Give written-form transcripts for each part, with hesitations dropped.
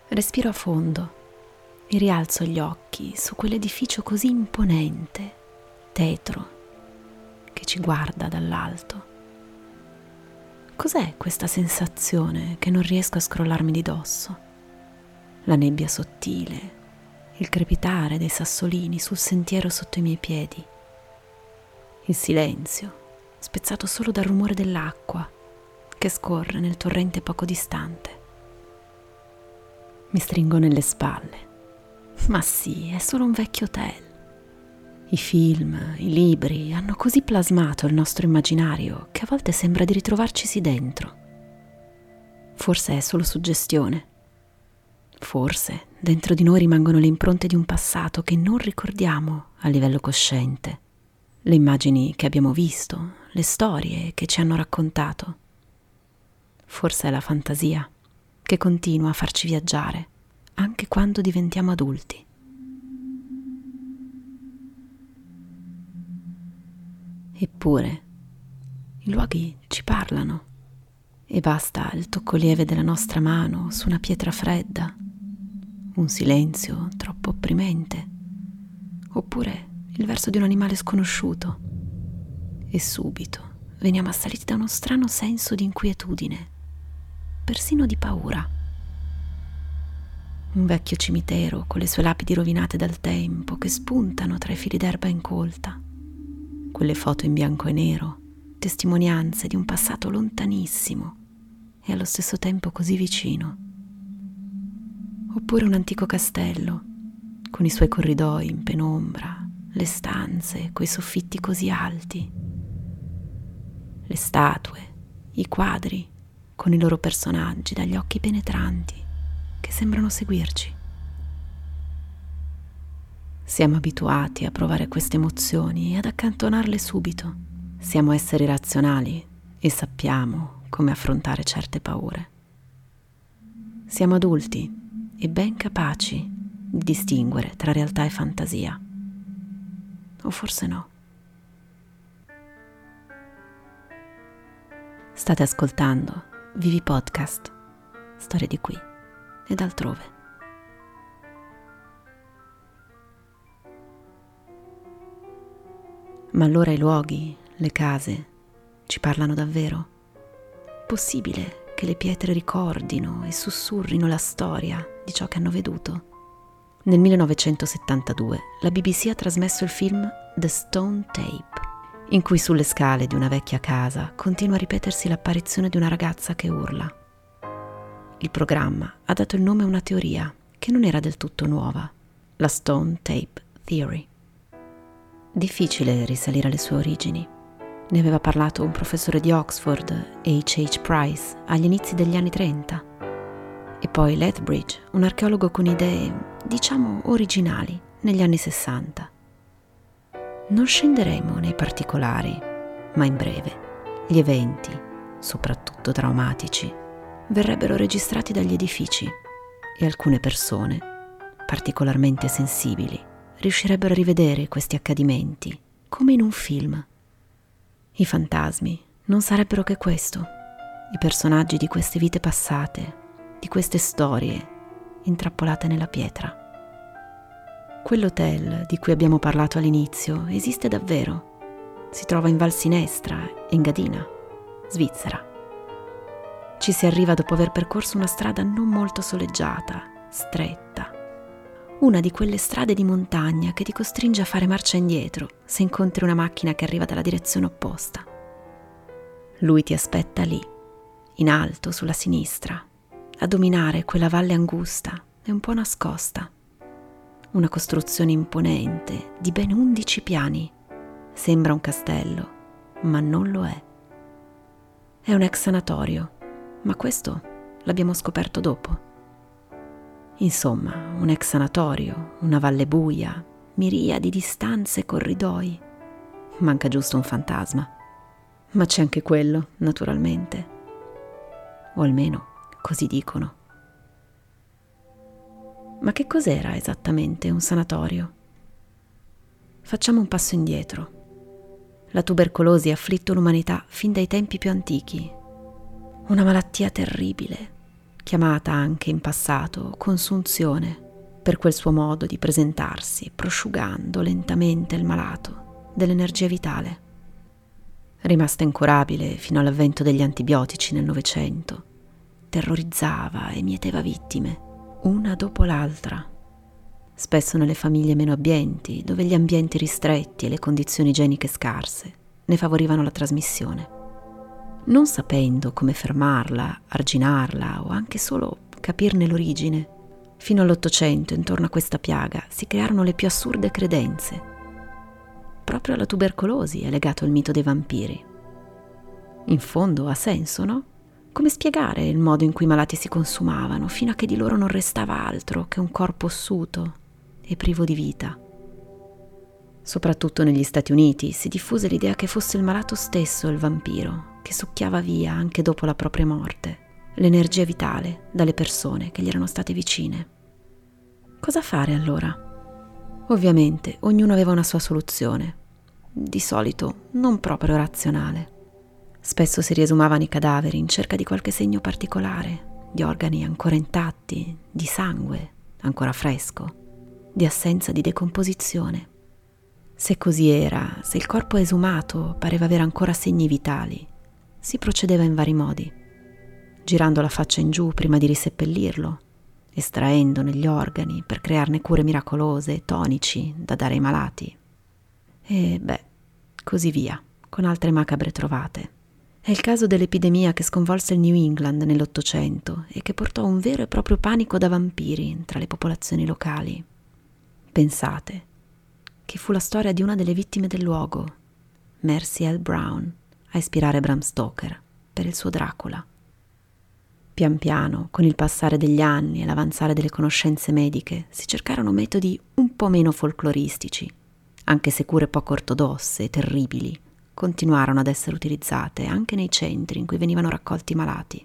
Respiro a fondo e rialzo gli occhi su quell'edificio così imponente, tetro, che ci guarda dall'alto. Cos'è questa sensazione che non riesco a scrollarmi di dosso? La nebbia sottile, il crepitare dei sassolini sul sentiero sotto i miei piedi, il silenzio, spezzato solo dal rumore dell'acqua che scorre nel torrente poco distante. Mi stringo nelle spalle. Ma sì, è solo un vecchio hotel. I film, i libri hanno così plasmato il nostro immaginario che a volte sembra di ritrovarcisi dentro. Forse è solo suggestione. Forse dentro di noi rimangono le impronte di un passato che non ricordiamo a livello cosciente, le immagini che abbiamo visto, le storie che ci hanno raccontato. Forse è la fantasia che continua a farci viaggiare anche quando diventiamo adulti. Eppure, i luoghi ci parlano e basta il tocco lieve della nostra mano su una pietra fredda, un silenzio troppo opprimente, oppure il verso di un animale sconosciuto e subito veniamo assaliti da uno strano senso di inquietudine, persino di paura. Un vecchio cimitero con le sue lapidi rovinate dal tempo che spuntano tra i fili d'erba incolta. Quelle foto in bianco e nero, testimonianze di un passato lontanissimo e allo stesso tempo così vicino. Oppure un antico castello, con i suoi corridoi in penombra, le stanze coi soffitti così alti, le statue, i quadri con i loro personaggi dagli occhi penetranti che sembrano seguirci. Siamo abituati a provare queste emozioni e ad accantonarle subito. Siamo esseri razionali e sappiamo come affrontare certe paure. Siamo adulti e ben capaci di distinguere tra realtà e fantasia. O forse no. State ascoltando Vivi Podcast, storie di qui ed altrove. Ma allora i luoghi, le case, ci parlano davvero? Possibile che le pietre ricordino e sussurrino la storia di ciò che hanno veduto? Nel 1972 la BBC ha trasmesso il film The Stone Tape, in cui sulle scale di una vecchia casa continua a ripetersi l'apparizione di una ragazza che urla. Il programma ha dato il nome a una teoria che non era del tutto nuova, la Stone Tape Theory. Difficile risalire alle sue origini. Ne aveva parlato un professore di Oxford, H. Price, agli inizi degli anni 30. E poi Lethbridge, un archeologo con idee, diciamo, originali, negli anni 60. Non scenderemo nei particolari, ma in breve gli eventi, soprattutto traumatici, verrebbero registrati dagli edifici e alcune persone, particolarmente sensibili, riuscirebbero a rivedere questi accadimenti come in un film. I fantasmi non sarebbero che questo, i personaggi di queste vite passate, di queste storie intrappolate nella pietra. Quell'hotel di cui abbiamo parlato all'inizio esiste davvero. Si trova in Val Sinestra, Engadina, Svizzera. Ci si arriva dopo aver percorso una strada non molto soleggiata, stretta. Una di quelle strade di montagna che ti costringe a fare marcia indietro se incontri una macchina che arriva dalla direzione opposta. Lui ti aspetta lì, in alto sulla sinistra, a dominare quella valle angusta e un po' nascosta. Una costruzione imponente di ben 11 piani. Sembra un castello, ma non lo è. È un ex sanatorio, ma questo l'abbiamo scoperto dopo. Insomma, un ex sanatorio, una valle buia, miriadi di stanze e corridoi. Manca giusto un fantasma. Ma c'è anche quello, naturalmente. O almeno così dicono. Ma che cos'era esattamente un sanatorio? Facciamo un passo indietro. La tubercolosi ha afflitto l'umanità fin dai tempi più antichi. Una malattia terribile chiamata anche in passato consunzione, per quel suo modo di presentarsi, prosciugando lentamente il malato dell'energia vitale. Rimasta incurabile fino all'avvento degli antibiotici nel Novecento, terrorizzava e mieteva vittime, una dopo l'altra. Spesso nelle famiglie meno abbienti, dove gli ambienti ristretti e le condizioni igieniche scarse ne favorivano la trasmissione. Non sapendo come fermarla, arginarla o anche solo capirne l'origine, fino all'Ottocento, intorno a questa piaga, si crearono le più assurde credenze. Proprio alla tubercolosi è legato il mito dei vampiri. In fondo ha senso, no? Come spiegare il modo in cui i malati si consumavano fino a che di loro non restava altro che un corpo ossuto e privo di vita? Soprattutto negli Stati Uniti si diffuse l'idea che fosse il malato stesso il vampiro, che succhiava via, anche dopo la propria morte, l'energia vitale dalle persone che gli erano state vicine. Cosa fare allora? Ovviamente ognuno aveva una sua soluzione, di solito non proprio razionale. Spesso si riesumavano i cadaveri in cerca di qualche segno particolare, di organi ancora intatti, di sangue ancora fresco, di assenza di decomposizione. Se così era, se il corpo esumato pareva avere ancora segni vitali, si procedeva in vari modi, girando la faccia in giù prima di riseppellirlo, estraendone gli organi per crearne cure miracolose e tonici da dare ai malati. E così via, con altre macabre trovate. È il caso dell'epidemia che sconvolse il New England nell'Ottocento e che portò un vero e proprio panico da vampiri tra le popolazioni locali. Pensate che fu la storia di una delle vittime del luogo, Mercy L. Brown, a ispirare Bram Stoker per il suo Dracula. Pian piano, con il passare degli anni e l'avanzare delle conoscenze mediche, si cercarono metodi un po' meno folcloristici, anche se cure poco ortodosse e terribili continuarono ad essere utilizzate anche nei centri in cui venivano raccolti i malati.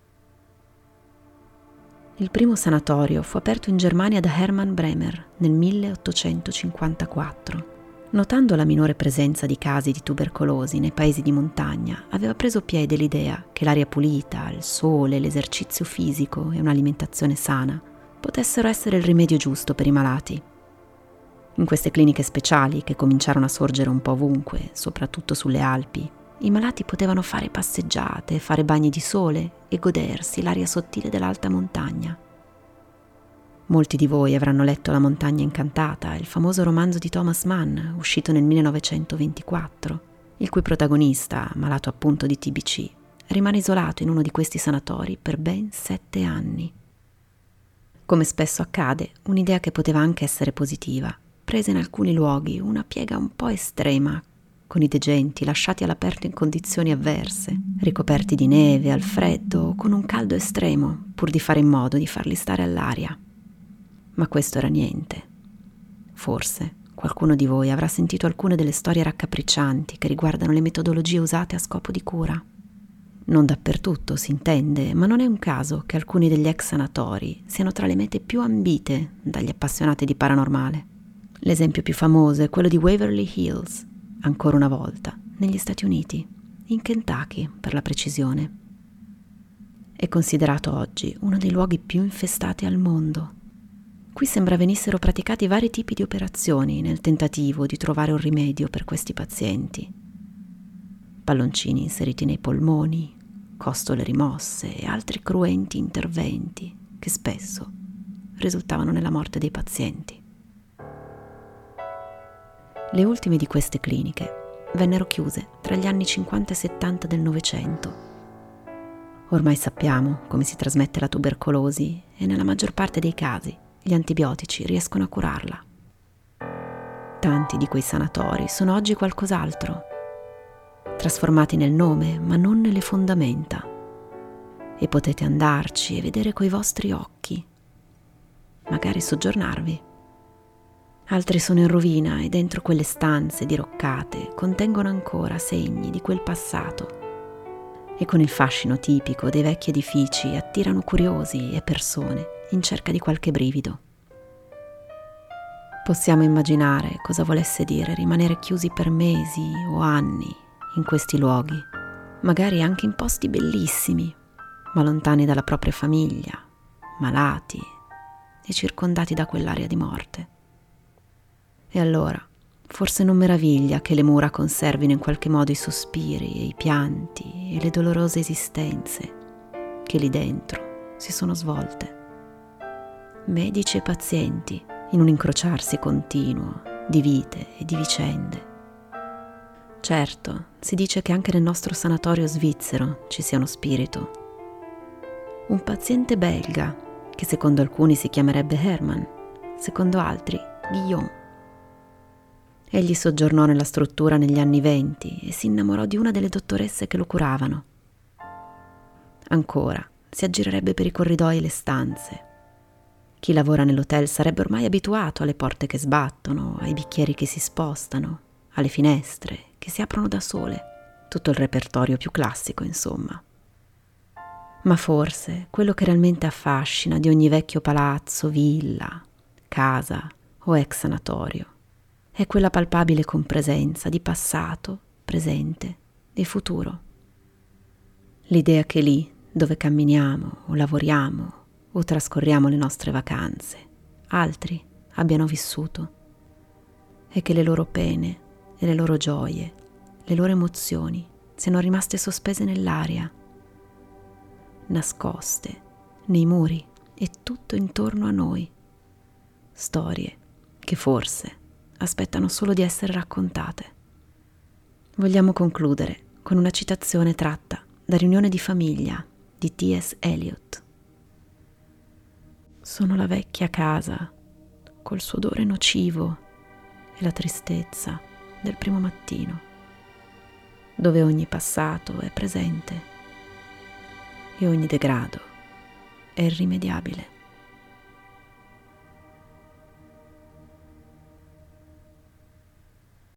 Il primo sanatorio fu aperto in Germania da Hermann Bremer nel 1854. Notando la minore presenza di casi di tubercolosi nei paesi di montagna, aveva preso piede l'idea che l'aria pulita, il sole, l'esercizio fisico e un'alimentazione sana potessero essere il rimedio giusto per i malati. In queste cliniche speciali, che cominciarono a sorgere un po' ovunque, soprattutto sulle Alpi, i malati potevano fare passeggiate, fare bagni di sole e godersi l'aria sottile dell'alta montagna. Molti di voi avranno letto La montagna incantata, il famoso romanzo di Thomas Mann, uscito nel 1924, il cui protagonista, malato appunto di TBC, rimane isolato in uno di questi sanatori per ben 7 anni. Come spesso accade, un'idea che poteva anche essere positiva prese in alcuni luoghi una piega un po' estrema, con i degenti lasciati all'aperto in condizioni avverse, ricoperti di neve, al freddo o con un caldo estremo, pur di fare in modo di farli stare all'aria. Ma questo era niente. Forse qualcuno di voi avrà sentito alcune delle storie raccapriccianti che riguardano le metodologie usate a scopo di cura. Non dappertutto, si intende, ma non è un caso che alcuni degli ex sanatori siano tra le mete più ambite dagli appassionati di paranormale. L'esempio più famoso è quello di Waverly Hills, ancora una volta, negli Stati Uniti, in Kentucky per la precisione. È considerato oggi uno dei luoghi più infestati al mondo. Qui sembra venissero praticati vari tipi di operazioni nel tentativo di trovare un rimedio per questi pazienti. Palloncini inseriti nei polmoni, costole rimosse e altri cruenti interventi che spesso risultavano nella morte dei pazienti. Le ultime di queste cliniche vennero chiuse tra gli anni 50 e 70 del Novecento. Ormai sappiamo come si trasmette la tubercolosi e nella maggior parte dei casi gli antibiotici riescono a curarla. Tanti di quei sanatori sono oggi qualcos'altro, trasformati nel nome ma non nelle fondamenta, e potete andarci e vedere coi vostri occhi, magari soggiornarvi. Altri sono in rovina e dentro quelle stanze diroccate contengono ancora segni di quel passato e con il fascino tipico dei vecchi edifici attirano curiosi e persone in cerca di qualche brivido. Possiamo immaginare cosa volesse dire rimanere chiusi per mesi o anni in questi luoghi, magari anche in posti bellissimi, ma lontani dalla propria famiglia, malati e circondati da quell'aria di morte. E allora, forse non meraviglia che le mura conservino in qualche modo i sospiri e i pianti e le dolorose esistenze che lì dentro si sono svolte. Medici e pazienti in un incrociarsi continuo di vite e di vicende. Certo, si dice che anche nel nostro sanatorio svizzero ci sia uno spirito. Un paziente belga, che secondo alcuni si chiamerebbe Hermann, secondo altri Guillaume. Egli soggiornò nella struttura negli anni '20 e si innamorò di una delle dottoresse che lo curavano. Ancora, si aggirerebbe per i corridoi e le stanze. Chi lavora nell'hotel sarebbe ormai abituato alle porte che sbattono, ai bicchieri che si spostano, alle finestre che si aprono da sole, tutto il repertorio più classico, insomma. Ma forse quello che realmente affascina di ogni vecchio palazzo, villa, casa o ex sanatorio è quella palpabile compresenza di passato, presente e futuro. L'idea che lì, dove camminiamo o lavoriamo o trascorriamo le nostre vacanze, altri abbiano vissuto e che le loro pene e le loro gioie, le loro emozioni siano rimaste sospese nell'aria, nascoste nei muri e tutto intorno a noi. Storie che forse aspettano solo di essere raccontate. Vogliamo concludere con una citazione tratta da Riunione di famiglia di T.S. Eliot. Sono la vecchia casa col suo odore nocivo e la tristezza del primo mattino, dove ogni passato è presente e ogni degrado è irrimediabile.